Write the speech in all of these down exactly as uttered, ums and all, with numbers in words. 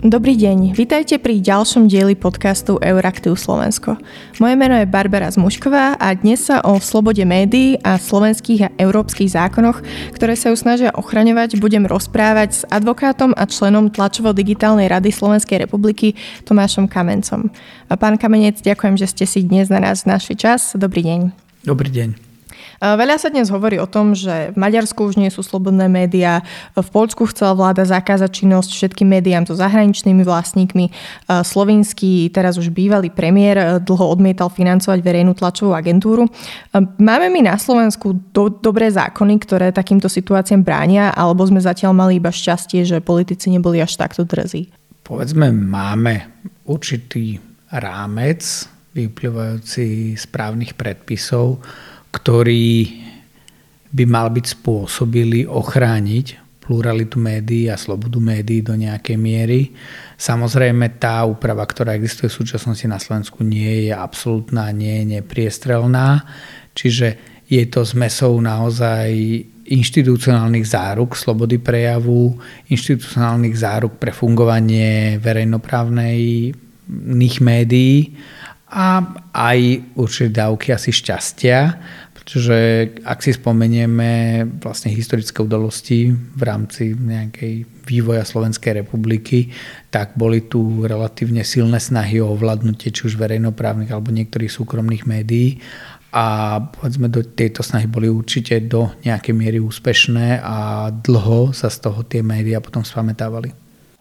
Dobrý deň, vitajte pri ďalšom dieli podcastu Euraktiv Slovensko. Moje meno je Barbara Zmušková a dnes sa o slobode médií a slovenských a európskych zákonoch, ktoré sa ju snažia ochraňovať, budem rozprávať s advokátom a členom Tlačovo-digitálnej rady Slovenskej republiky Tomášom Kamencom. Pán Kamenec, ďakujem, že ste si dnes na nás našli čas. Dobrý deň. Dobrý deň. Veľa sa dnes hovorí o tom, že v Maďarsku už nie sú slobodné médiá, v Poľsku chcela vláda zakázať činnosť všetkým médiám so zahraničnými vlastníkmi, slovinský, teraz už bývalý premiér dlho odmietal financovať verejnú tlačovú agentúru. Máme my na Slovensku do, dobré zákony, ktoré takýmto situáciám bránia, alebo sme zatiaľ mali iba šťastie, že politici neboli až takto drzí? Povedzme, máme určitý rámec vyplývajúci z právnych predpisov, ktorý by mal byť spôsobilý ochrániť pluralitu médií a slobodu médií do nejakej miery. Samozrejme, tá úprava, ktorá existuje v súčasnosti na Slovensku, nie je absolútna, nie je nepriestrelná. Čiže je to zmesou naozaj inštitucionálnych záruk slobody prejavu, inštitucionálnych záruk pre fungovanie verejnoprávnych médií a aj určite dávky asi šťastia, pretože ak si spomenieme vlastne historické udalosti v rámci nejakej vývoja Slovenskej republiky, tak boli tu relatívne silné snahy o ovládnutie či už verejnoprávnych alebo niektorých súkromných médií a povedzme do tejto snahy boli určite do nejakej miery úspešné a dlho sa z toho tie médiá potom spamätávali.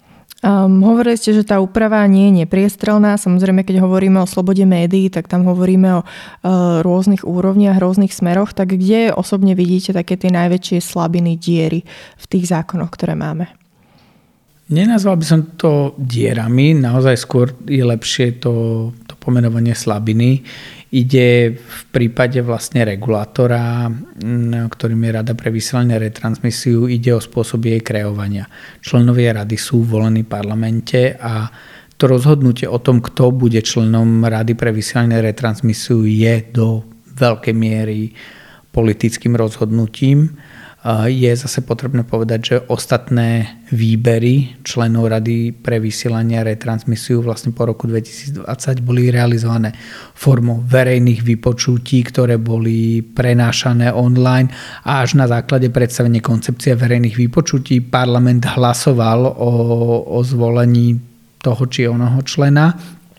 Um, hovorili ste, že tá úprava nie je nepriestrelná. Samozrejme, keď hovoríme o slobode médií, tak tam hovoríme o uh, rôznych úrovniach, rôznych smeroch. Tak kde osobne vidíte také tie najväčšie slabiny, diery v tých zákonoch, ktoré máme? Nenazval by som to dierami. Naozaj skôr je lepšie to, to pomenovanie slabiny. Ide v prípade vlastne regulátora, ktorým je Rada pre vysielanie a retransmisiu, ide o spôsob jej kreovania. Členovia rady sú volení v parlamente a to rozhodnutie o tom, kto bude členom Rady pre vysielanie a retransmisiu, je do veľkej miery politickým rozhodnutím. Je zase potrebné povedať, že ostatné výbery členov Rady pre vysielanie a retransmisiu vlastne po roku dvetisícdvadsať boli realizované formou verejných vypočutí, ktoré boli prenášané online a až na základe predstavenia koncepcie verejných vypočutí parlament hlasoval o, o zvolení toho či onoho člena,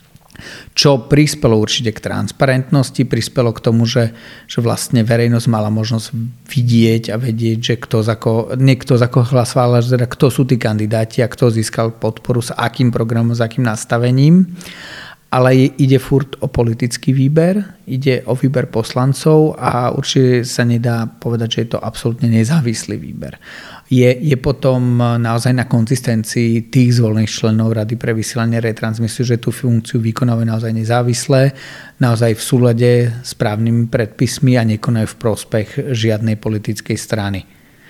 čo prispelo určite k transparentnosti, prispelo k tomu, že, že vlastne verejnosť mala možnosť vidieť a vedieť, že kto za koho, nie kto za koho hlasoval, ale teda kto sú tí kandidáti a kto získal podporu, s akým programom, s akým nastavením. Ale ide furt o politický výber, ide o výber poslancov a určite sa nedá povedať, že je to absolútne nezávislý výber. Je, je potom naozaj na konzistencii tých zvolených členov Rady pre vysielanie retransmisiu, že tú funkciu vykonávajú naozaj nezávisle, naozaj v súlade s právnymi predpismi a nekonajú v prospech žiadnej politickej strany.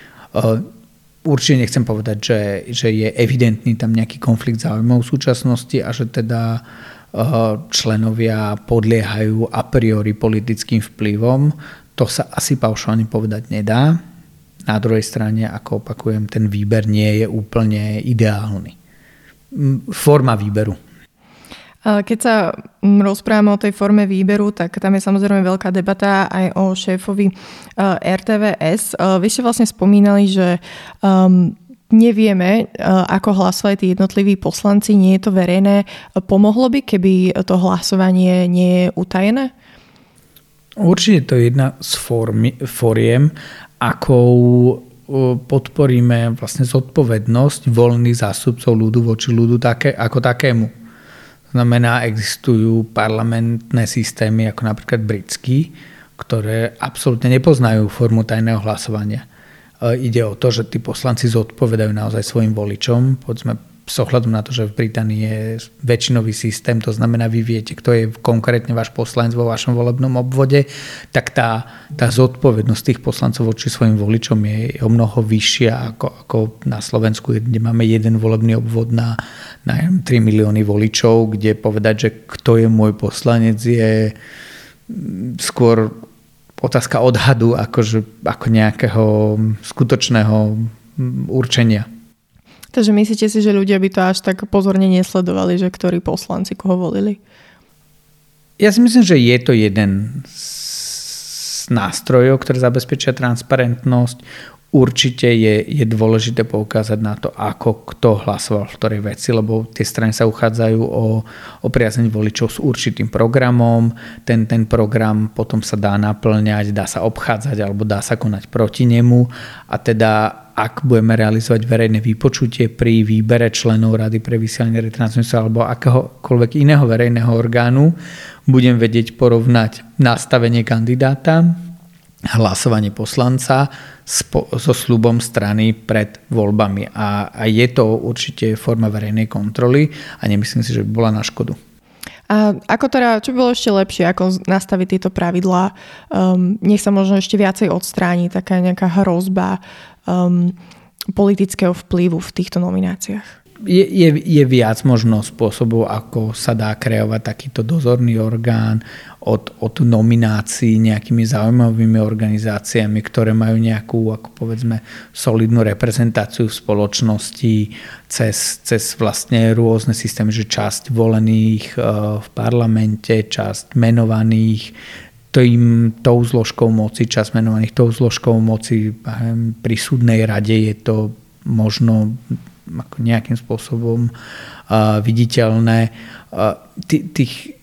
Určite nechcem povedať, že, že je evidentný tam nejaký konflikt záujmov v súčasnosti a že teda členovia podliehajú a priori politickým vplyvom. To sa asi paušálne povedať nedá. Na druhej strane, ako opakujem, ten výber nie je úplne ideálny. Forma výberu. Keď sa rozprávame o tej forme výberu, tak tam je samozrejme veľká debata aj o šéfovi er té vé es. Vy ste vlastne spomínali, že um, nevieme, ako hlasovali tí jednotliví poslanci, nie je to verejné. Pomohlo by, keby to hlasovanie nie je utajené? Určite to je jedna z formy, foriem, akou podporíme vlastne zodpovednosť voľných zástupcov ľudu voči ľudu také, ako takému. Znamená, existujú parlamentné systémy, ako napríklad britský, ktoré absolútne nepoznajú formu tajného hlasovania. Ide o to, že tí poslanci zodpovedajú naozaj svojim voličom. Povedzme, s ohľadom na to, že v Británii je väčšinový systém, to znamená, vy viete, kto je konkrétne váš poslanec vo vašom volebnom obvode, tak tá, tá zodpovednosť tých poslancov voči svojim voličom je o mnoho vyššia ako, ako na Slovensku, kde máme jeden volebný obvod na, na tri milióny voličov, kde povedať, že kto je môj poslanec, je skôr otázka odhadu akože, ako nejakého skutočného určenia. Takže myslíte si, že ľudia by to až tak pozorne nesledovali, že ktorí poslanci koho volili? Ja si myslím, že je to jeden z nástrojov, ktoré zabezpečia transparentnosť. Určite je, je dôležité poukázať na to, ako kto hlasoval v ktorej veci, lebo tie strany sa uchádzajú o, o priazeň voličov s určitým programom. Ten, ten program potom sa dá naplňať, dá sa obchádzať alebo dá sa konať proti nemu. A teda ak budeme realizovať verejné vypočutie pri výbere členov Rady pre vysielanie retransmisie alebo akéhokoľvek iného verejného orgánu, budem vedieť porovnať nastavenie kandidáta, hlasovanie poslanca so sľubom strany pred voľbami. A, a je to určite forma verejnej kontroly a nemyslím si, že by bola na škodu. A ako teda, čo by bolo ešte lepšie, ako nastaviť tieto pravidlá? Um, nech sa možno ešte viacej odstráni taká nejaká hrozba um, politického vplyvu v týchto nomináciách. Je, je, je viac možno spôsobov, ako sa dá kreovať takýto dozorný orgán od, od nominácií nejakými zaujímavými organizáciami, ktoré majú nejakú, ako povedzme, solidnú reprezentáciu v spoločnosti cez, cez vlastne rôzne systémy, že časť volených v parlamente, časť menovaných tým, tou zložkou moci, časť menovaných tou zložkou moci. Pri súdnej rade je to možno ako nejakým spôsobom uh, viditeľné. Uh, t- tých,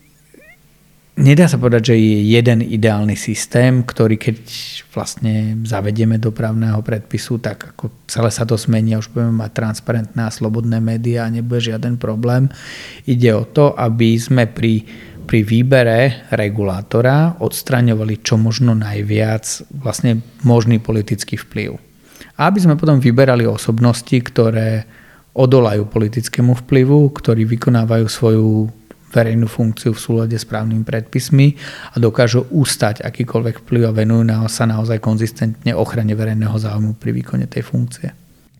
nedá sa povedať, že je jeden ideálny systém, ktorý keď vlastne zavedieme do právneho predpisu, tak ako celé sa to zmení a už budeme mať transparentné a slobodné médiá a nebude žiaden problém. Ide o to, aby sme pri, pri výbere regulátora odstraňovali čo možno najviac vlastne možný politický vplyv. A aby sme potom vyberali osobnosti, ktoré odolajú politickému vplyvu, ktorí vykonávajú svoju verejnú funkciu v súlade s právnymi predpismi a dokážu ustať akýkoľvek vplyv a venujú sa naozaj konzistentne ochrane verejného záujmu pri výkone tej funkcie.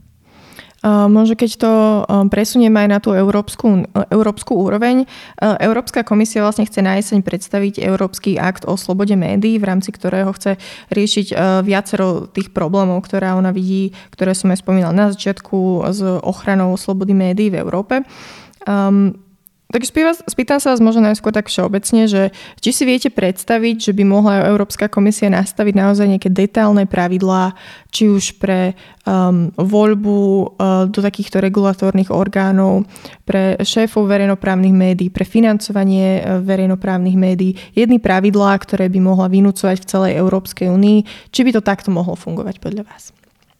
Možno keď to presunieme aj na tú európsku, európsku úroveň. Európska komisia vlastne chce na jeseň predstaviť Európsky akt o slobode médií, v rámci ktorého chce riešiť viacero tých problémov, ktoré ona vidí, ktoré som aj spomínala na začiatku s ochranou slobody médií v Európe. Um, Takže spýtam sa vás možno najskôr tak všeobecne, že či si viete predstaviť, že by mohla Európska komisia nastaviť naozaj nejaké detailné pravidlá, či už pre um, voľbu uh, do takýchto regulatórnych orgánov, pre šéfov verejnoprávnych médií, pre financovanie uh, verejnoprávnych médií, jedny pravidlá, ktoré by mohla vynúcovať v celej Európskej únii. Či by to takto mohlo fungovať podľa vás?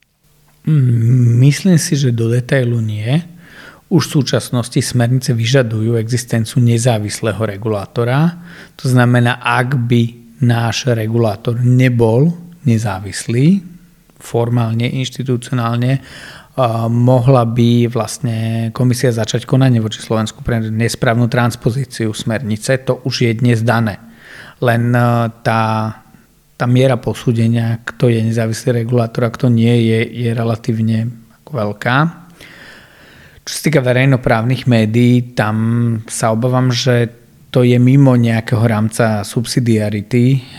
Myslím si, že do detailu nie. Už v súčasnosti smernice vyžadujú existenciu nezávislého regulátora. To znamená, ak by náš regulátor nebol nezávislý, formálne, inštitucionálne, mohla by vlastne komisia začať konanie voči Slovensku pre nesprávnu transpozíciu smernice. To už je dnes dané. Len tá, tá miera posúdenia, kto je nezávislý regulátor a kto nie, je, je relatívne veľká. Čo sa týka verejnoprávnych médií, tam sa obávam, že to je mimo nejakého rámca subsidiarity e,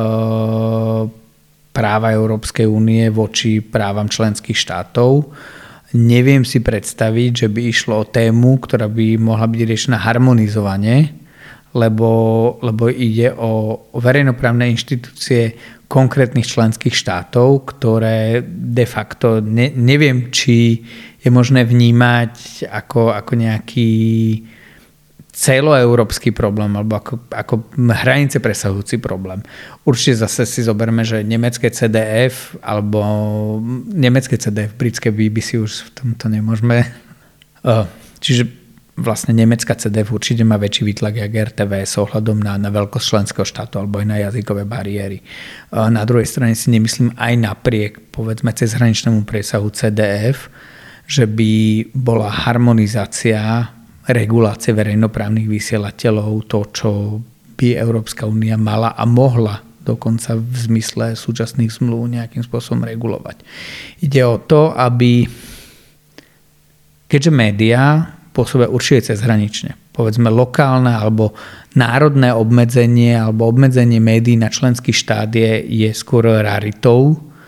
práva Európskej únie voči právam členských štátov. Neviem si predstaviť, že by išlo o tému, ktorá by mohla byť riešená harmonizovane, lebo, lebo ide o, o verejnoprávne inštitúcie konkrétnych členských štátov, ktoré de facto ne, neviem, či je možné vnímať ako, ako nejaký celoeurópsky problém alebo ako, ako hranice presahujúci problém. Určite zase si zoberme, že nemecké cé dé ef alebo nemecké cé dé ef, britské bé bé cé už v tomto nemôžeme. Čiže vlastne nemecká cé dé ef určite má väčší výtlak jak er té vé s ohľadom na, na veľkosť členského štátu alebo aj na jazykové bariéry. Na druhej strane si nemyslím aj napriek povedzme cezhraničnému presahu cé dé ef, že by bola harmonizácia regulácie verejnoprávnych vysielateľov to, čo by Európska únia mala a mohla dokonca v zmysle súčasných zmluv nejakým spôsobom regulovať. Ide o to, aby keďže médiá pôsobia určite cezhranične, povedzme lokálne alebo národné obmedzenie alebo obmedzenie médií na členský štát je, je skôr raritou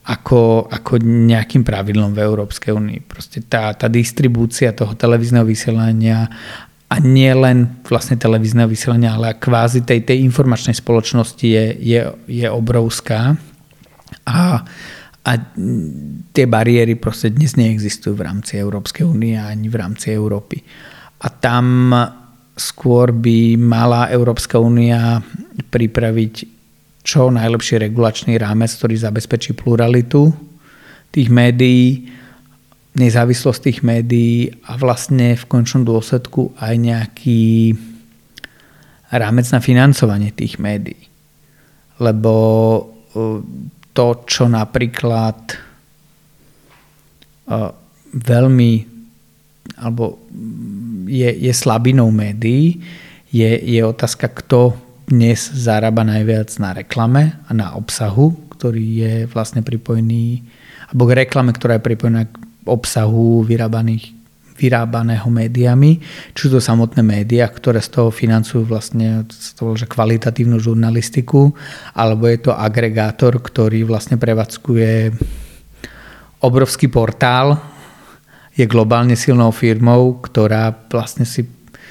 ako, ako nejakým pravidlom v Európskej únii. Proste tá, tá distribúcia toho televízneho vysielania a nie len vlastne televízneho vysielania, ale kvázi tej, tej informačnej spoločnosti je, je, je obrovská a, a tie bariéry proste dnes neexistujú v rámci Európskej únie ani v rámci Európy. A tam skôr by mala Európska únia pripraviť čo najlepší regulačný rámec, ktorý zabezpečí pluralitu tých médií, nezávislosť tých médií a vlastne v končnom dôsledku aj nejaký rámec na financovanie tých médií. Lebo to, čo napríklad veľmi alebo je, je slabinou médií, je, je otázka, kto dnes zarába najviac na reklame a na obsahu, ktorý je vlastne pripojený, alebo k reklame, ktorá je pripojená k obsahu vyrábaných, vyrábaného médiami, či to samotné médiá, ktoré z toho financujú vlastne to, že kvalitatívnu žurnalistiku, alebo je to agregátor, ktorý vlastne prevádzkuje obrovský portál, je globálne silnou firmou, ktorá vlastne si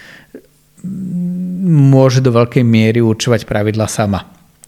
môže do veľkej miery určovať pravidla sama.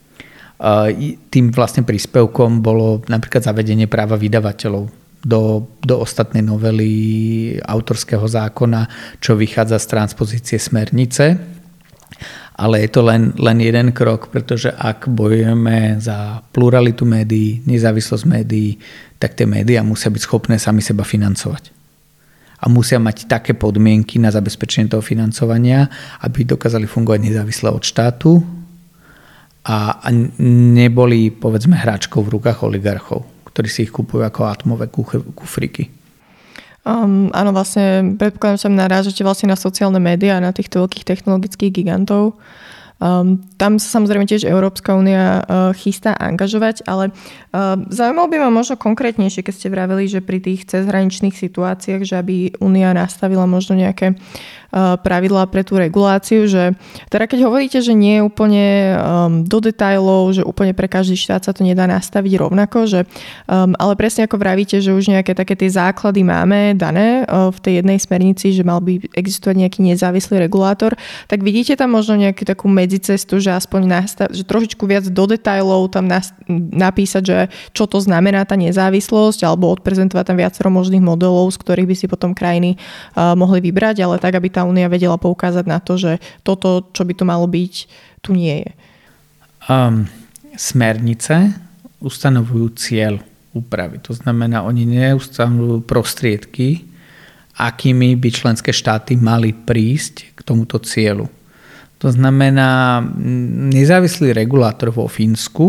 Tým vlastne príspevkom bolo napríklad zavedenie práva vydavateľov do, do ostatnej novely autorského zákona, čo vychádza z transpozície smernice. Ale je to len, len jeden krok, pretože ak bojujeme za pluralitu médií, nezávislosť médií, tak tie médiá musia byť schopné sami seba financovať. A musia mať také podmienky na zabezpečenie toho financovania, aby dokázali fungovať nezávisle od štátu a, a neboli, povedzme, hráčkou v rukách oligarchov, ktorí si ich kupujú ako atomové kufriky. Um, áno, vlastne predpokladám, že tam narážate vlastne na sociálne médiá, na týchto veľkých technologických gigantov. Um, tam sa samozrejme tiež Európska únia uh, chystá angažovať, ale uh, zaujímalo by ma možno konkrétnejšie, keď ste vraveli, že pri tých cezhraničných situáciách, že aby únia nastavila možno nejaké uh, pravidlá pre tú reguláciu, že teda keď hovoríte, že nie je úplne um, do detailov, že úplne pre každý štát sa to nedá nastaviť rovnako, že, um, ale presne ako vravíte, že už nejaké také tie základy máme dané uh, v tej jednej smernici, že mal by existovať nejaký nezávislý regulátor, tak vidíte tam možno nejakú takú cestu, že aspoň nastav, že trošičku viac do detailov tam nas, napísať, že čo to znamená tá nezávislosť, alebo odprezentovať tam viacero možných modelov, z ktorých by si potom krajiny uh, mohli vybrať, ale tak, aby tá únia vedela poukázať na to, že toto, čo by to malo byť, tu nie je. Um, smernice ustanovujú cieľ úpravy. To znamená, oni neustanovujú prostriedky, akými by členské štáty mali prísť k tomuto cieľu. To znamená, nezávislý regulátor vo Fínsku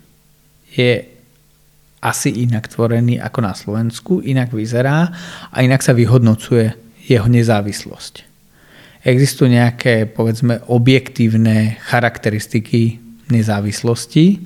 je asi inak tvorený ako na Slovensku, inak vyzerá a inak sa vyhodnocuje jeho nezávislosť. Existujú nejaké, povedzme, objektívne charakteristiky nezávislosti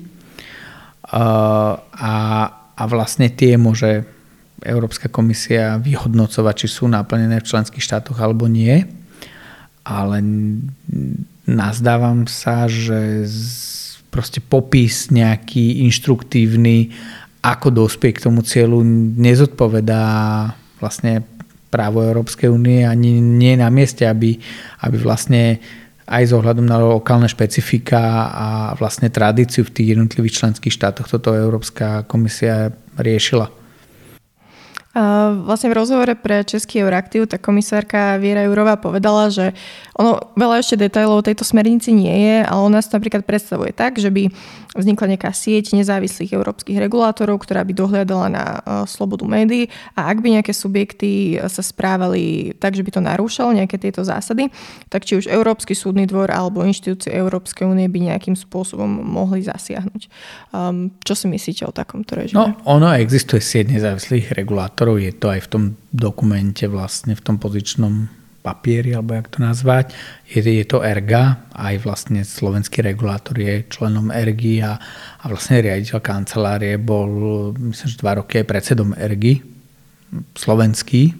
a, a vlastne tie môže Európska komisia vyhodnocovať, či sú naplnené v členských štátoch alebo nie. Ale nazdávam sa, že proste popis nejaký inštruktívny, ako dospieť k tomu cieľu, nezodpovedá vlastne právo Európskej únie ani nie na mieste, aby, aby vlastne aj s ohľadom na lokálne špecifika a vlastne tradíciu v tých jednotlivých členských štátoch toto Európska komisia riešila. Vlastne v rozhovore pre Český Euraktiv tá komisárka Viera Jourová povedala, že ono veľa ešte detailov tejto smernici nie je, ale ona sa napríklad predstavuje tak, že by vznikla nejaká sieť nezávislých európskych regulátorov, ktorá by dohliadala na slobodu médií a ak by nejaké subjekty sa správali tak, že by to narúšalo nejaké tieto zásady, tak či už Európsky súdny dvor alebo inštitúcie Európskej únie by nejakým spôsobom mohli zasiahnuť. Um, čo si myslíte o takomto režime? No, ono existuje sieť nezávislých regulátorov, je to aj v tom dokumente, vlastne v tom pozičnom papieri, alebo jak to nazvať. Je, je to ERGA, aj vlastne slovenský regulátor je členom ERGY a, a vlastne riaditeľ kancelárie bol, myslím, že dva roky aj predsedom ERGY, slovenský.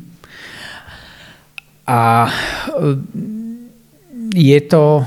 A je to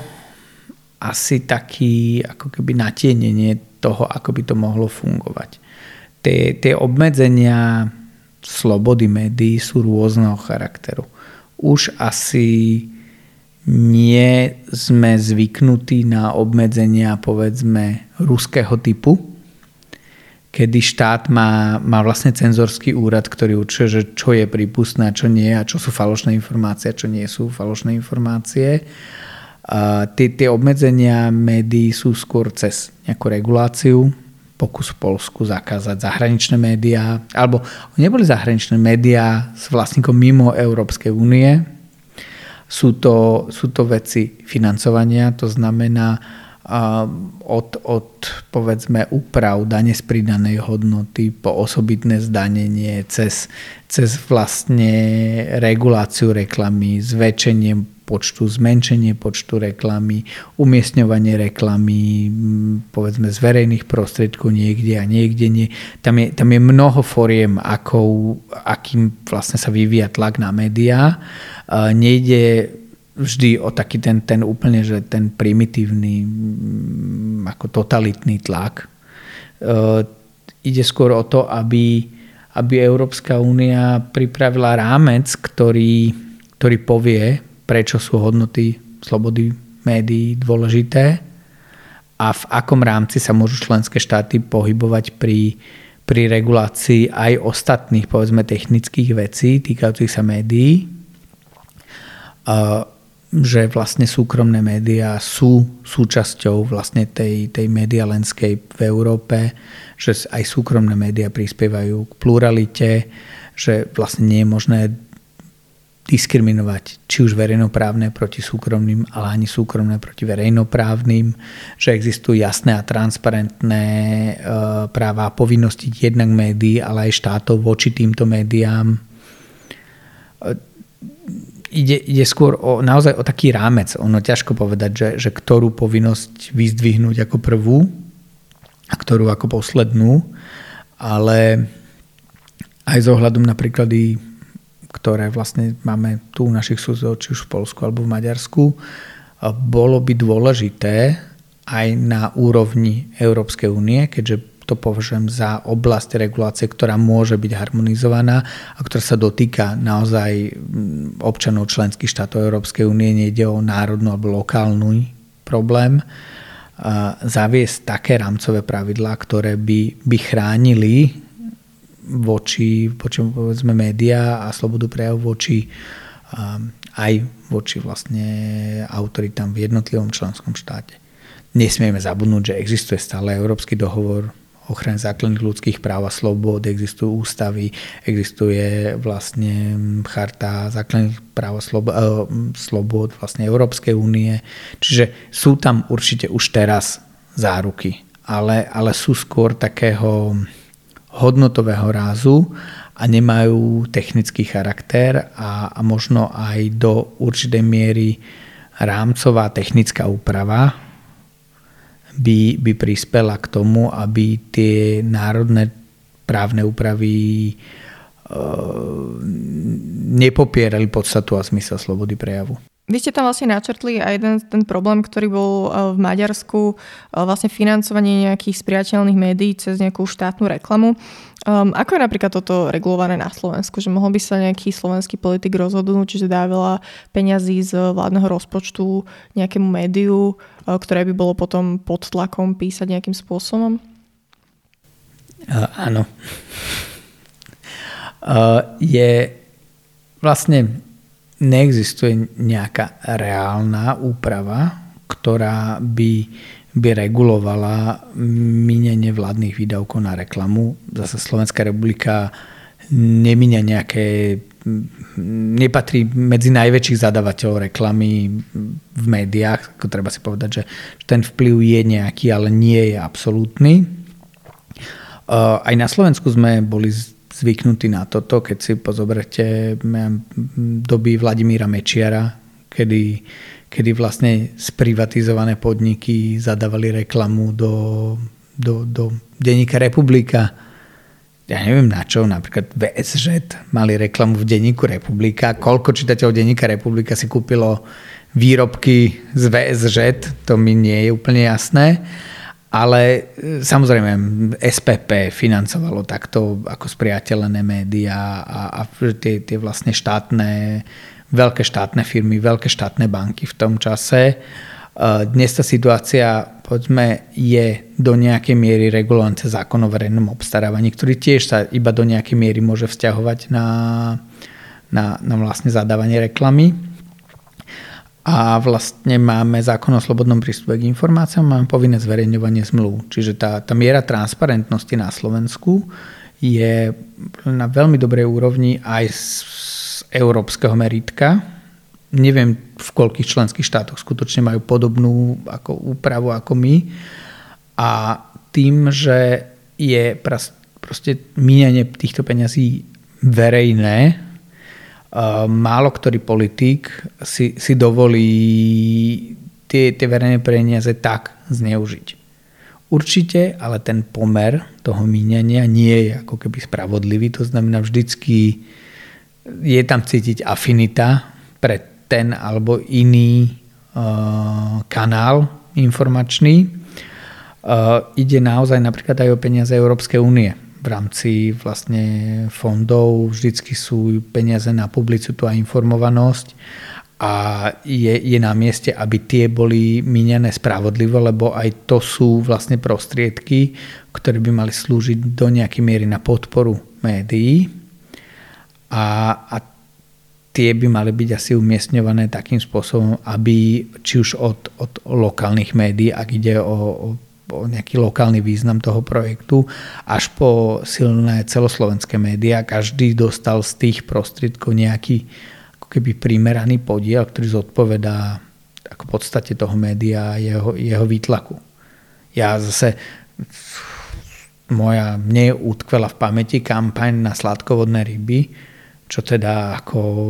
asi taký, ako keby natienenie toho, ako by to mohlo fungovať. tie, tie obmedzenia slobody médií sú rôzneho charakteru. Už asi nie sme zvyknutí na obmedzenia, povedzme, ruského typu, kedy štát má, má vlastne cenzorský úrad, ktorý určuje, že čo je prípustné a čo nie, a čo sú falošné informácie a čo nie sú falošné informácie. A tie, tie obmedzenia médií sú skôr cez nejakú reguláciu, pokus v Poľsku zakázať zahraničné médiá, alebo neboli zahraničné médiá s vlastníkom mimo Európskej únie. Sú to, sú to veci financovania, to znamená uh, od, od povedzme úprav dane z pridanej hodnoty po osobitné zdanenie cez, cez vlastne reguláciu reklamy, zväčšenie počtu, zmenšenie počtu reklamy, umiestňovanie reklamy, povedzme z verejných prostriedkov niekde a niekde nie. Tam je, tam je mnoho foriem, akou, akým vlastne sa vyvíja tlak na médiá. Nejde vždy o taký ten, ten úplne, že ten primitívny, ako totalitný tlak. Ide skôr o to, aby, aby Európska únia pripravila rámec, ktorý, ktorý povie, prečo sú hodnoty slobody médií dôležité a v akom rámci sa môžu členské štáty pohybovať pri, pri regulácii aj ostatných, povedzme, technických vecí týkajúcich sa médií. Že vlastne súkromné médiá sú súčasťou vlastne tej, tej media landscape v Európe, že aj súkromné médiá prispievajú k pluralite, že vlastne nie je možné diskriminovať či už verejnoprávne proti súkromným, ale ani súkromné proti verejnoprávnym, že existujú jasné a transparentné e, práva a povinnosti jednak médií, ale aj štátov voči týmto médiám. E, ide, ide skôr o, naozaj o taký rámec. Ono ťažko povedať, že, že ktorú povinnosť vyzdvihnúť ako prvú a ktorú ako poslednú, ale aj z ohľadom na príklady, ktoré vlastne máme tu u našich susedov, či už v Poľsku alebo v Maďarsku, bolo by dôležité aj na úrovni Európskej únie, keďže to považujem za oblasť regulácie, ktorá môže byť harmonizovaná a ktorá sa dotýka naozaj občanov členských štátov Európskej únie, nejde o národnú alebo lokálny problém, zaviesť také rámcové pravidlá, ktoré by, by chránili voči, voči povedzme, médiá a slobodu prejavu voči um, aj voči vlastne autoritám v jednotlivom členskom štáte. Nesmieme zabudnúť, že existuje stále Európsky dohovor o ochrane základných ľudských práv a slobod, existujú ústavy, existuje vlastne charta základných práv a slobod, uh, slobod vlastne Európskej únie. Čiže sú tam určite už teraz záruky, ale, ale sú skôr takého hodnotového rázu a nemajú technický charakter a, a možno aj do určitej miery rámcová technická úprava by, by prispela k tomu, aby tie národné právne úpravy e, nepopierali podstatu a zmysel slobody prejavu. Vy ste tam vlastne načrtli aj jeden ten problém, ktorý bol v Maďarsku, vlastne financovanie nejakých spriateľných médií cez nejakú štátnu reklamu. Um, ako je napríklad toto regulované na Slovensku? Že mohol by sa nejaký slovenský politik rozhodnúť, čiže dá veľa peňazí z vládneho rozpočtu nejakému médiu, ktoré by bolo potom pod tlakom písať nejakým spôsobom? Uh, áno. Uh, je vlastne neexistuje nejaká reálna úprava, ktorá by, by regulovala minenie vládnych výdavkov na reklamu. Zase Slovenská republika nemíňa nejaké, nepatrí medzi najväčších zadávateľov reklamy v médiách. Treba si povedať, že ten vplyv je nejaký, ale nie je absolútny. Aj na Slovensku sme boli zvyknutí na toto, keď si pozoberte doby Vladimíra Mečiara, kedy, kedy vlastne sprivatizované podniky zadávali reklamu do, do, do denníka Republika. Ja neviem na čo, napríklad vé es žet mali reklamu v denníku Republika. Koľko čitateľov denníka Republika si kúpilo výrobky z vé es žet, to mi nie je úplne jasné. Ale samozrejme es pé pé financovalo takto ako spriateľené médiá a, a tie, tie vlastne štátne, veľké štátne firmy, veľké štátne banky v tom čase. Dnes tá situácia, poďme, je do nejakej miery regulovaná cez zákon o verejnom obstarávaní, ktorý tiež sa iba do nejakej miery môže vzťahovať na, na, na vlastne zadávanie reklamy. A vlastne máme zákon o slobodnom prístupe k informáciám, máme povinné zverejňovanie zmluv. Čiže tá, tá miera transparentnosti na Slovensku je na veľmi dobrej úrovni aj z, z európskeho meritka. Neviem, v koľkých členských štátoch skutočne majú podobnú ako úpravu ako my. A tým, že je proste míňanie týchto peňazí verejné, málo ktorý politik si, si dovolí tie, tie verejné peniaze tak zneužiť. Určite, ale ten pomer toho míňania nie je ako keby spravodlivý. To znamená, vždycky je tam cítiť afinita pre ten alebo iný uh, kanál informačný. Uh, ide naozaj napríklad aj o peniaze Európskej únie. V rámci vlastne fondov vždycky sú peniaze na publicitu a informovanosť a je, je na mieste, aby tie boli míňané spravodlivo, lebo aj to sú vlastne prostriedky, ktoré by mali slúžiť do nejakej miery na podporu médií a, a tie by mali byť asi umiestňované takým spôsobom, aby či už od, od lokálnych médií, ak ide o, o, o nejaký lokálny význam toho projektu, až po silné celoslovenské médiá, každý dostal z tých prostriedkov nejaký ako keby primeraný podiel, ktorý zodpovedá ako v podstate toho média a jeho, jeho výtlaku. Ja zase moja, mne utkvela v pamäti kampaň na sladkovodné ryby, čo teda ako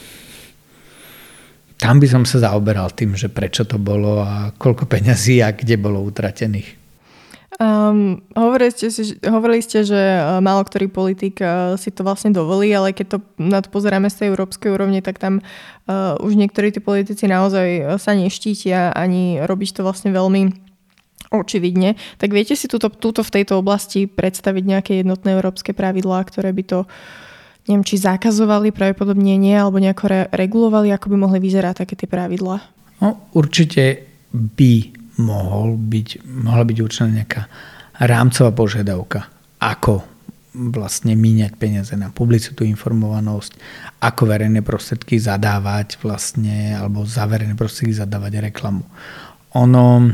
tam by som sa zaoberal tým, že prečo to bolo a koľko peňazí a kde bolo utratených. Um, hovorili, ste, hovorili ste, že málo ktorý politik uh, si to vlastne dovolí, ale keď to na to pozeráme z tej európskej úrovne, tak tam uh, už niektorí tí politici naozaj sa neštítia ani robiť to vlastne veľmi očividne. Tak viete si túto, túto v tejto oblasti predstaviť nejaké jednotné európske pravidlá, ktoré by to neviem, či zakazovali, pravdepodobne nie, alebo nejako re- regulovali, ako by mohli vyzerať také tie pravidlá? No, určite by mohol byť, mohla byť určená nejaká rámcová požiadavka, ako vlastne míňať peniaze na publicitu, informovanosť, ako verejné prostriedky zadávať vlastne, alebo za verejné prostriedky zadávať reklamu. Ono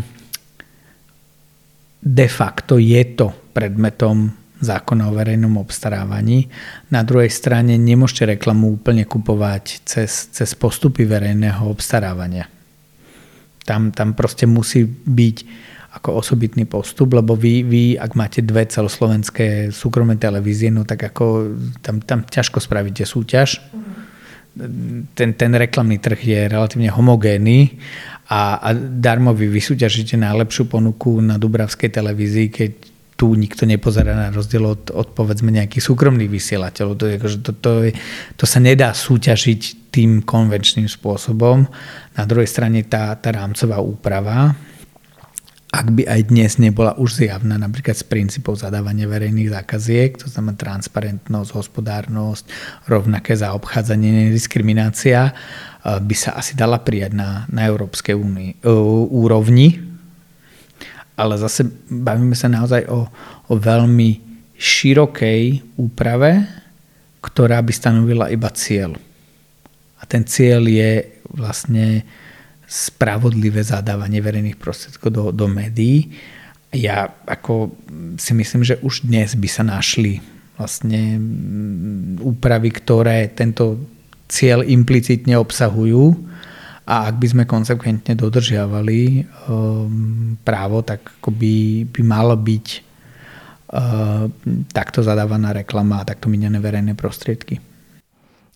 de facto je to predmetom zákona o verejnom obstarávaní. Na druhej strane nemôžete reklamu úplne kupovať cez, cez postupy verejného obstarávania. Tam, tam proste musí byť ako osobitný postup, lebo vy, vy ak máte dve celoslovenské súkromné televízie, no tak ako tam, tam ťažko spravíte súťaž. Ten, ten reklamný trh je relatívne homogénny a, a darmo vy vysúťažíte najlepšiu ponuku na dubravskej televízii, keď tu nikto nepozerá na rozdiel od, od povedzme nejakých súkromných vysielateľov. To, je, to, to, je, to sa nedá súťažiť tým konvenčným spôsobom. Na druhej strane tá, tá rámcová úprava, ak by aj dnes nebola už zjavná, napríklad z princípov zadávania verejných zákaziek, to znamená transparentnosť, hospodárnosť, rovnaké zaobchádzanie, nediskriminácia, by sa asi dala prijať na, na európskej únii, úrovni. Ale zase bavíme sa naozaj o, o veľmi širokej úprave, ktorá by stanovila iba cieľ. A ten cieľ je vlastne spravodlivé zadávanie verejných prostriedkov do, do médií. Ja ako si myslím, že už dnes by sa našli vlastne úpravy, ktoré tento cieľ implicitne obsahujú. A ak by sme konsekventne dodržiavali um, právo, tak ako by, by malo byť uh, takto zadávaná reklama a takto míňané verejné prostriedky.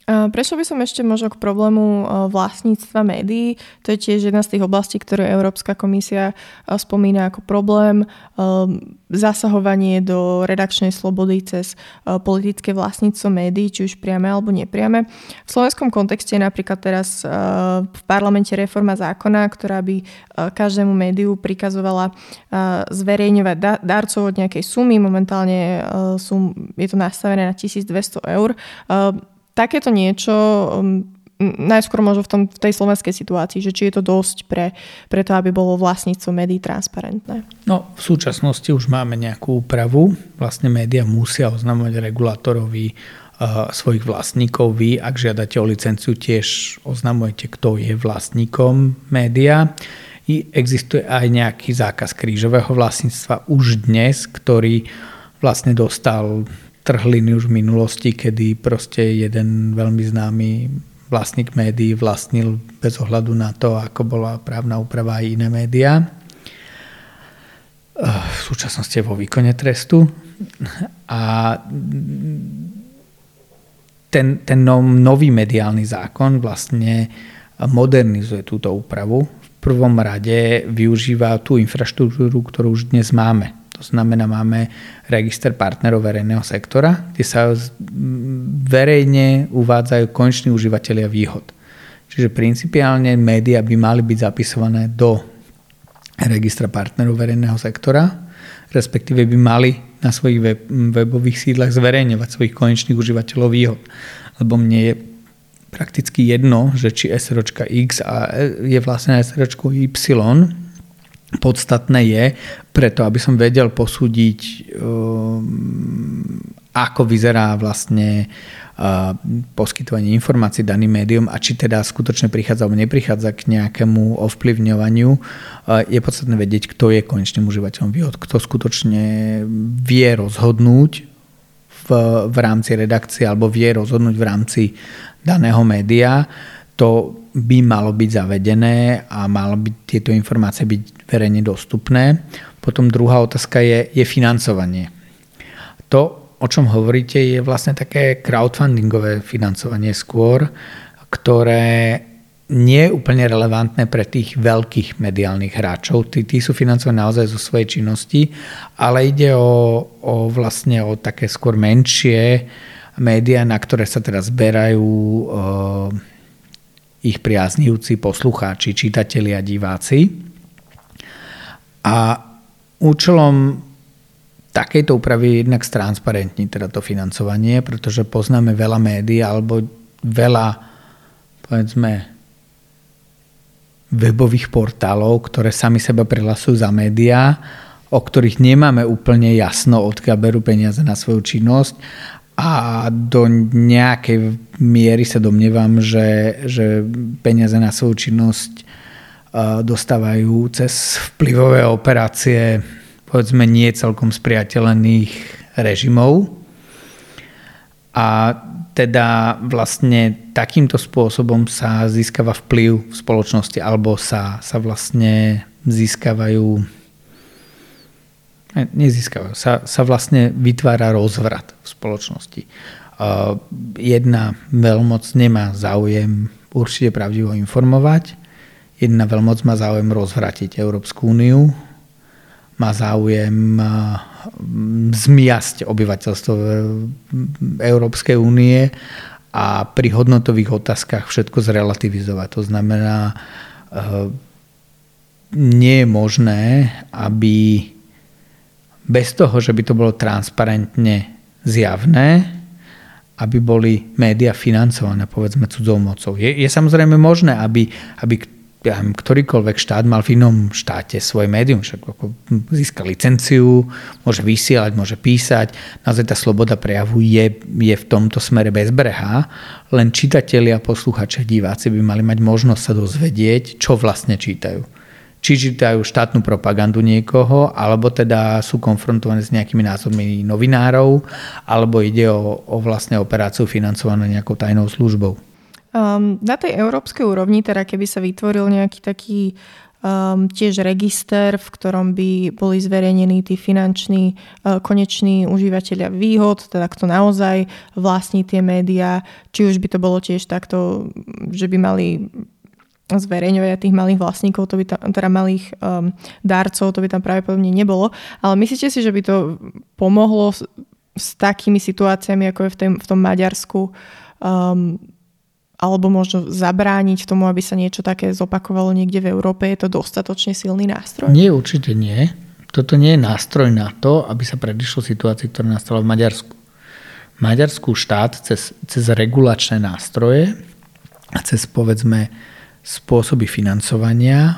Prešla by som ešte možno k problému vlastníctva médií. To je tiež jedna z tých oblastí, ktoré Európska komisia spomína ako problém. Zasahovanie do redakčnej slobody cez politické vlastníctvo médií, či už priame alebo nepriame. V slovenskom kontexte je napríklad teraz v parlamente reforma zákona, ktorá by každému médiu prikazovala zverejňovať darcov od nejakej sumy. Momentálne sú, je to nastavené na tisícdvesto eur. Takéto niečo um, najskôr možno v, tom, v tej slovenskej situácii, že či je to dosť pre, pre to, aby bolo vlastníctvo médií transparentné? No, v súčasnosti už máme nejakú úpravu. Vlastne médiá musia oznamovať regulátorovi uh, svojich vlastníkov. Vy, ak žiadate o licenciu, tiež oznamujete, kto je vlastníkom média. I existuje aj nejaký zákaz krížového vlastníctva už dnes, ktorý vlastne dostal trhliny už v minulosti, kedy proste jeden veľmi známy vlastník médií vlastnil bez ohľadu na to, ako bola právna úprava aj iné médiá. V súčasnosti je vo výkone trestu. A ten, ten nový mediálny zákon vlastne modernizuje túto úpravu. V prvom rade využíva tú infraštruktúru, ktorú už dnes máme. To znamená, máme register partnerov verejného sektora, kde sa verejne uvádzajú koneční užívateľia výhod. Čiže principiálne médiá by mali byť zapisované do registra partnerov verejného sektora, respektíve by mali na svojich web, webových sídlach zverejňovať svojich konečných užívateľov výhod. Lebo mne je prakticky jedno, že či SROčka X a je vlastne SROčko Y. Podstatné je, preto aby som vedel posúdiť, ako vyzerá vlastne poskytovanie informácií daným médium a či teda skutočne prichádza alebo neprichádza k nejakému ovplyvňovaniu. Je podstatné vedieť, kto je konečným užívateľom výhod, kto skutočne vie rozhodnúť v, v rámci redakcie alebo vie rozhodnúť v rámci daného média. To by malo byť zavedené a malo by tieto informácie byť verejne dostupné. Potom druhá otázka je, je financovanie. To, o čom hovoríte, je vlastne také crowdfundingové financovanie skôr, ktoré nie je úplne relevantné pre tých veľkých mediálnych hráčov. Tí, tí sú financovaní naozaj zo svojej činnosti, ale ide o, o vlastne o také skôr menšie médiá, na ktoré sa teraz zberajú e, ich priaznivci, poslucháči, čitatelia, diváci. A účelom takejto úpravy je jednak stransparentniť teda to financovanie, pretože poznáme veľa médií alebo veľa, povedzme, webových portálov, ktoré sami seba prihlasujú za médiá, o ktorých nemáme úplne jasno, odkiaľ berú peniaze na svoju činnosť. A do nejakej miery sa domnievam, že, že peniaze na svoju činnosť dostávajú cez vplyvové operácie, povedzme nie celkom spriateľených režimov. A teda vlastne takýmto spôsobom sa získava vplyv v spoločnosti alebo sa, sa vlastne získavajú nezískavajú. Sa, sa vlastne vytvára rozvrat v spoločnosti. Uh, jedna veľmoc nemá záujem určite pravdivo informovať, jedna veľmoc má záujem rozvratiť Európsku úniu, má záujem uh, zmiasť obyvateľstvo Európskej únie a pri hodnotových otázkach všetko zrelativizovať. To znamená, uh, nie je možné, aby bez toho, že by to bolo transparentne zjavné, aby boli médiá financované, povedzme, cudzou mocou. Je, je samozrejme možné, aby, aby ja, ktorýkoľvek štát mal v inom štáte svoje médium, však ako získa licenciu, môže vysielať, môže písať. Naozaj tá sloboda prejavu je, je v tomto smere bezbrehá, len čitatelia, posluchači, diváci by mali mať možnosť sa dozvedieť, čo vlastne čítajú. Či čítajú štátnu propagandu niekoho, alebo teda sú konfrontované s nejakými názormi novinárov, alebo ide o, o vlastne operáciu financovanú nejakou tajnou službou. Um, na tej európskej úrovni, teda keby sa vytvoril nejaký taký um, tiež register, v ktorom by boli zverejnení tí finanční uh, koneční užívateľia výhod, teda kto naozaj vlastní tie médiá, či už by to bolo tiež takto, že by mali zverejňovať tých malých vlastníkov, to by tam, teda malých um, darcov, to by tam pravdepodobne nebolo. Ale myslíte si, že by to pomohlo s, s takými situáciami, ako je v, tém, v tom Maďarsku, um, alebo možno zabrániť tomu, aby sa niečo také zopakovalo niekde v Európe? Je to dostatočne silný nástroj? Nie, určite nie. Toto nie je nástroj na to, aby sa predišlo situácii, ktorá nastala v Maďarsku. V Maďarsku štát cez, cez regulačné nástroje a cez, povedzme, spôsoby financovania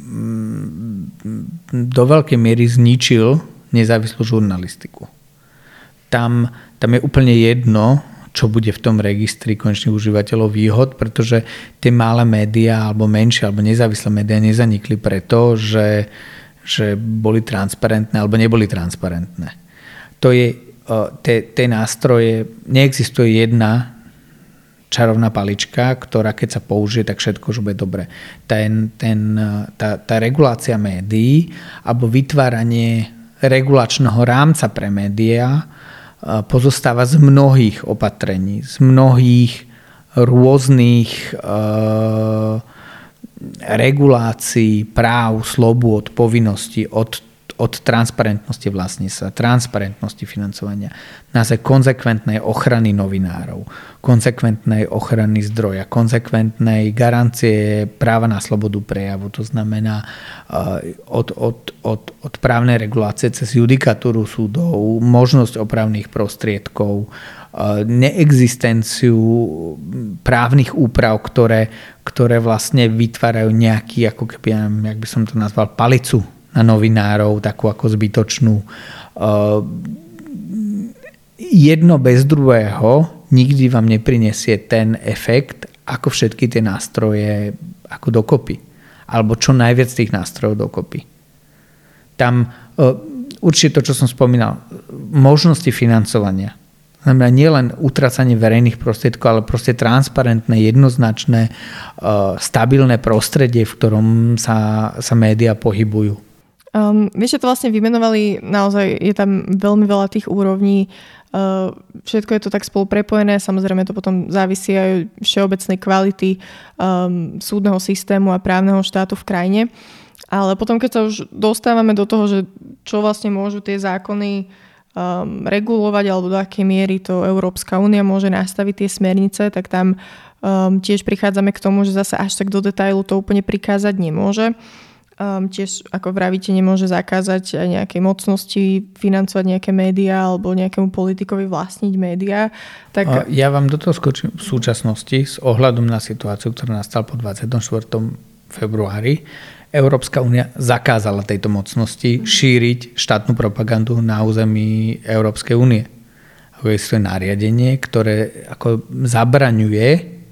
do veľkej miery zničil nezávislú žurnalistiku. Tam, tam je úplne jedno, čo bude v tom registri konečných užívateľov výhod, pretože tie malé médiá alebo menšie alebo nezávislé médiá nezanikli preto, že, že boli transparentné alebo neboli transparentné. To je, tie nástroje, neexistuje jedna čarovná palička, ktorá keď sa použije, tak všetko už bude dobre. Ten, ten, tá, tá regulácia médií alebo vytváranie regulačného rámca pre médiá pozostáva z mnohých opatrení, z mnohých rôznych e, regulácií, práv, slobôd, povinností od od transparentnosti vlastníctva, transparentnosti financovania, naozaj konzekventnej ochrany novinárov, konzekventnej ochrany zdroja, konzekventnej garancie práva na slobodu prejavu. To znamená od, od, od, od právnej regulácie cez judikatúru súdov, možnosť opravných prostriedkov, neexistenciu právnych úprav, ktoré, ktoré vlastne vytvárajú nejaký, ako keby, jak by som to nazval, palicu na novinárov, takú ako zbytočnú. Jedno bez druhého nikdy vám neprinesie ten efekt, ako všetky tie nástroje ako dokopy. Alebo čo najviac tých nástrojov dokopy. Tam určite to, čo som spomínal, možnosti financovania. Znamená nie len utracanie verejných prostriedkov, ale proste transparentné, jednoznačné, stabilné prostredie, v ktorom sa, sa médiá pohybujú. Um, vieš, že to vlastne vymenovali, naozaj je tam veľmi veľa tých úrovní, uh, všetko je to tak spolu prepojené, samozrejme to potom závisí aj od všeobecnej kvality um, súdneho systému a právneho štátu v krajine, ale potom keď sa už dostávame do toho, že čo vlastne môžu tie zákony um, regulovať alebo do akej miery to Európska únia môže nastaviť tie smernice, tak tam um, tiež prichádzame k tomu, že zase až tak do detailu to úplne prikázať nemôže. Um, tiež, ako vravíte, nemôže zakázať aj nejakej mocnosti financovať nejaké médiá alebo nejakému politikovi vlastniť médiá. Tak... Ja vám do toho skočím v súčasnosti s ohľadom na situáciu, ktorá nastala po dvadsiateho štvrtého februári. Európska únia zakázala tejto mocnosti šíriť štátnu propagandu na území Európskej únie. Je to nariadenie, ktoré ako zabraňuje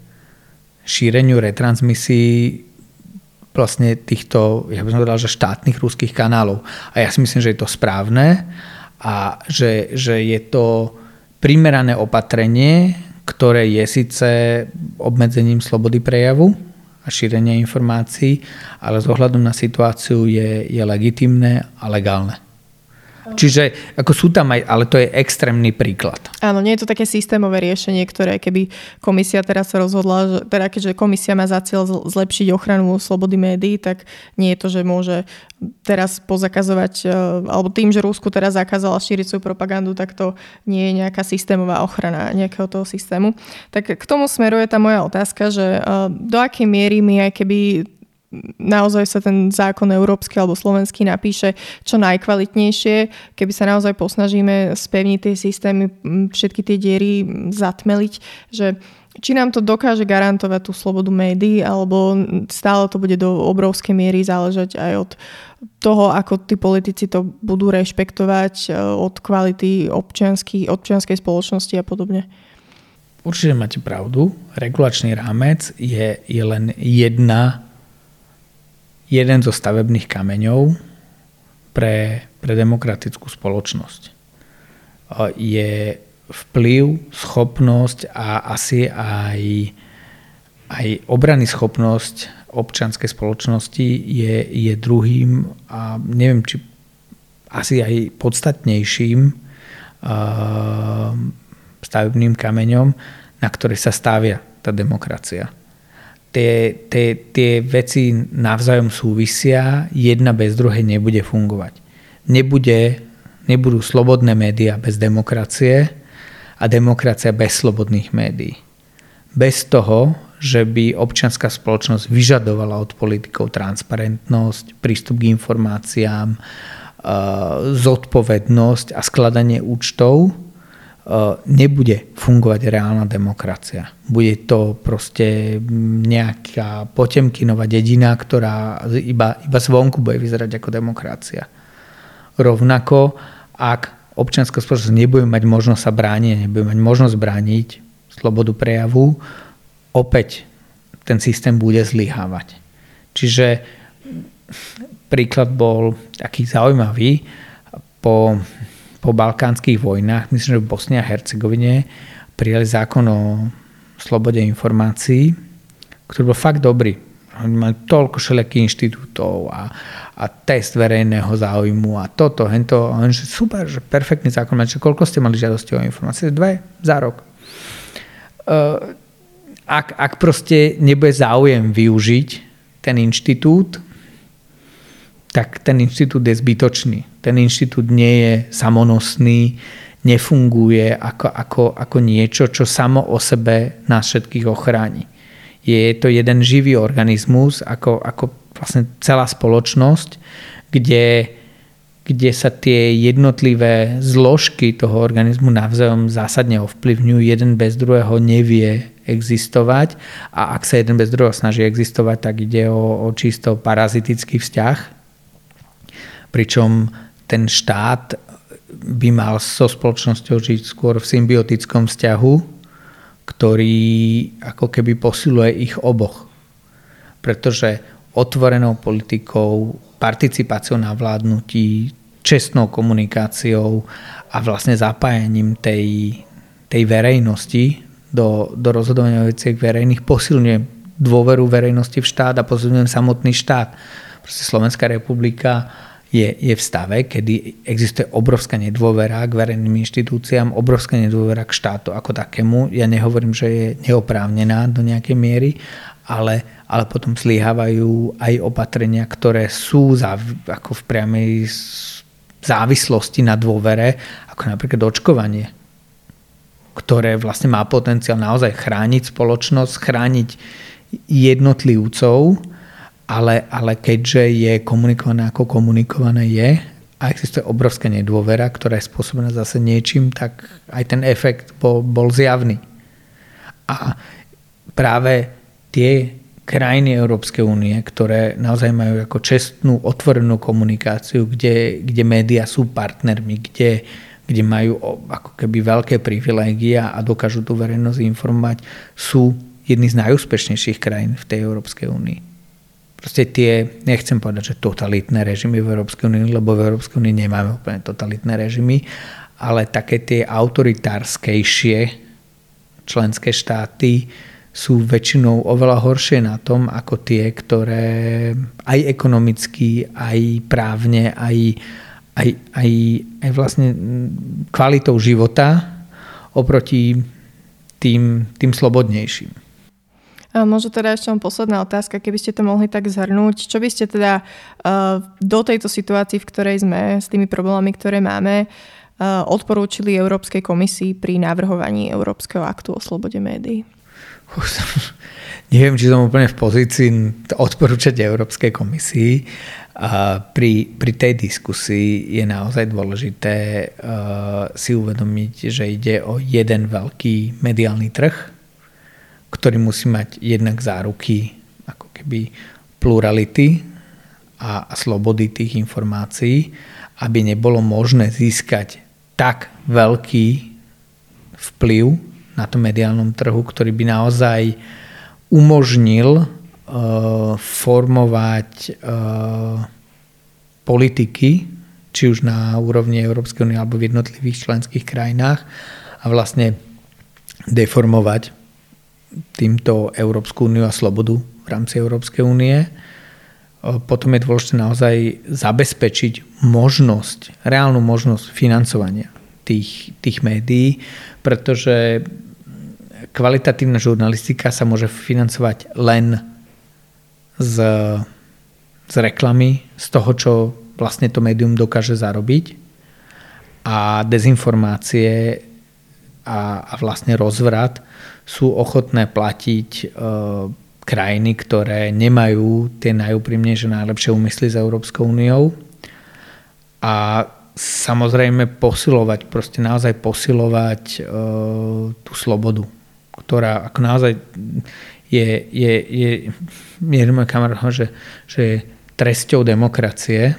šíreniu retransmisií vlastne týchto, ja by som povedal, že štátnych ruských kanálov. A ja si myslím, že je to správne a že, že je to primerané opatrenie, ktoré je síce obmedzením slobody prejavu a šírenia informácií, ale s ohľadom na situáciu je, je legitímne a legálne. Čiže ako sú tam aj, ale to je extrémny príklad. Áno, nie je to také systémové riešenie, ktoré keby komisia teraz sa rozhodla, že, teda keďže komisia má za cieľ zlepšiť ochranu slobody médií, tak nie je to, že môže teraz pozakazovať, alebo tým, že Rusku teraz zakázala šíriť svoju propagandu, tak to nie je nejaká systémová ochrana nejakého toho systému. Tak k tomu smeruje tá moja otázka, že do akej miery my aj keby naozaj sa ten zákon európsky alebo slovenský napíše čo najkvalitnejšie, keby sa naozaj posnažíme spevniť tie systémy, všetky tie diery zatmeliť, že či nám to dokáže garantovať tú slobodu médií, alebo stále to bude do obrovskej miery záležať aj od toho, ako tí politici to budú rešpektovať, od kvality občiansky, občianskej spoločnosti a podobne. Určite máte pravdu. Regulačný rámec je, je len jedna jeden zo stavebných kameňov pre, pre demokratickú spoločnosť. Je vplyv, schopnosť a asi aj, aj obrany schopnosť občianskej spoločnosti je, je druhým a neviem, či asi aj podstatnejším uh, stavebným kameňom, na ktorý sa stavia tá demokracia. Tie, tie, tie veci navzájom súvisia, jedna bez druhej nebude fungovať. Nebude, nebudú slobodné médiá bez demokracie a demokracia bez slobodných médií. Bez toho, že by občianská spoločnosť vyžadovala od politikov transparentnosť, prístup k informáciám, zodpovednosť a skladanie účtov, nebude fungovať reálna demokracia. Bude to proste nejaká Potemkinová dedina, ktorá iba, iba zvonku bude vyzerať ako demokracia. Rovnako, ak občianská spoločnosť nebude mať možnosť sa brániť, nebude mať možnosť brániť slobodu prejavu, opäť ten systém bude zlyhávať. Čiže príklad bol taký zaujímavý. Po Po balkánskych vojnách, myslím, že v Bosne a Hercegovine prijali zákon o slobode informácií, ktorý bol fakt dobrý. Oni mali toľko všelijakých inštitútov a, a test verejného záujmu a toto, hento. A oni, že super, že perfektný zákon. Že koľko ste mali žiadosti o informácie? Dve za rok. Uh, ak, ak proste nebude záujem využiť ten inštitút, tak ten inštitút je zbytočný. Ten inštitút nie je samonosný, nefunguje ako, ako, ako niečo, čo samo o sebe nás všetkých ochráni. Je to jeden živý organizmus, ako, ako vlastne celá spoločnosť, kde, kde sa tie jednotlivé zložky toho organizmu navzájom zásadne ovplyvňujú. Jeden bez druhého nevie existovať a ak sa jeden bez druhého snaží existovať, tak ide o, o čisto parazitický vzťah. Pričom ten štát by mal so spoločnosťou žiť skôr v symbiotickom vzťahu, ktorý ako keby posiluje ich oboch. Pretože otvorenou politikou, participáciou na vládnutí, čestnou komunikáciou a vlastne zapájaním tej, tej verejnosti do, do rozhodovania veciek verejných posilňuje dôveru verejnosti v štát a posilňuje samotný štát. Proste Slovenská republika Je, je v stave, kedy existuje obrovská nedôvera k verejným inštitúciám, obrovská nedôvera k štátu ako takému. Ja nehovorím, že je neoprávnená do nejakej miery, ale, ale potom zlyhávajú aj opatrenia, ktoré sú záv- ako v priamej závislosti na dôvere, ako napríklad očkovanie, ktoré vlastne má potenciál naozaj chrániť spoločnosť, chrániť jednotlivcov, Ale, ale keďže je komunikované ako komunikované je a existuje obrovská nedôvera, ktorá je spôsobená zase niečím, tak aj ten efekt bol, bol zjavný. A práve tie krajiny Európskej únie, ktoré naozaj majú ako čestnú, otvorenú komunikáciu, kde, kde médiá sú partnermi, kde, kde majú ako keby veľké privilégia a dokážu tú verejnosť informovať, sú jedni z najúspešnejších krajín v tej Európskej únii. Proste tie, nechcem povedať, že totalitné režimy v Európskej únii, lebo v Európskej únii nemáme úplne totalitné režimy, ale také tie autoritárskejšie členské štáty sú väčšinou oveľa horšie na tom, ako tie, ktoré aj ekonomicky, aj právne, aj, aj, aj, aj vlastne kvalitou života oproti tým, tým slobodnejším. A možno teda ešte mám posledná otázka, keby ste to mohli tak zhrnúť. Čo by ste teda uh, do tejto situácii, v ktorej sme, s tými problémami, ktoré máme, uh, odporúčili Európskej komisii pri navrhovaní Európskeho aktu o slobode médií? Neviem, či som úplne v pozícii odporúčať Európskej komisii. Uh, pri, pri tej diskusii je naozaj dôležité uh, si uvedomiť, že ide o jeden veľký mediálny trh, ktorý musí mať jednak záruky ako keby plurality a, a slobody tých informácií, aby nebolo možné získať tak veľký vplyv na tom mediálnom trhu, ktorý by naozaj umožnil uh, formovať uh, politiky, či už na úrovni Európskej únie alebo v jednotlivých členských krajinách a vlastne deformovať týmto Európsku úniu a slobodu v rámci Európskej únie. Potom je dôležité naozaj zabezpečiť možnosť, reálnu možnosť financovania tých, tých médií, pretože kvalitatívna žurnalistika sa môže financovať len z, z reklamy, z toho, čo vlastne to médium dokáže zarobiť, a dezinformácie a, a vlastne rozvrat sú ochotné platiť e, krajiny, ktoré nemajú tie najúprimnejšie, najlepšie úmysly s Európskou úniou, a samozrejme posilovať, proste naozaj posilovať e, tú slobodu, ktorá ako naozaj je, je, je, je môj kamarát, že, že je tresťou demokracie.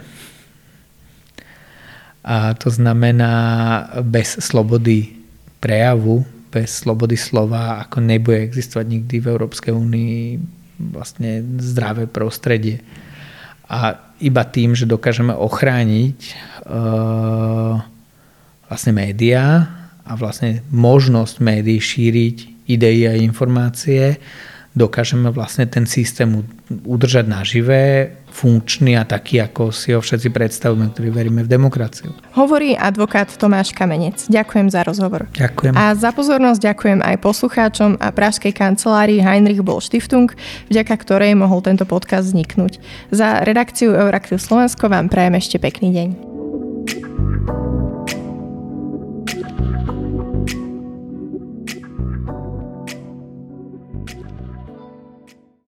A to znamená, bez slobody prejavu, bez slobody slova, ako nebude existovať nikdy v Európskej únii vlastne zdravé prostredie. A iba tým, že dokážeme ochrániť uh, vlastne médiá a vlastne možnosť médií šíriť idei a informácie, dokážeme vlastne ten systém udržať naživé, funkčný a taký, ako si ho všetci predstavujeme, ktorí veríme v demokraciu. Hovorí advokát Tomáš Kamenec. Ďakujem za rozhovor. Ďakujem. A za pozornosť ďakujem aj poslucháčom a pražskej kancelárii Heinrich Böll Stiftung, vďaka ktorej mohol tento podcast vzniknúť. Za redakciu Euraktiv Slovensko vám prajem ešte pekný deň.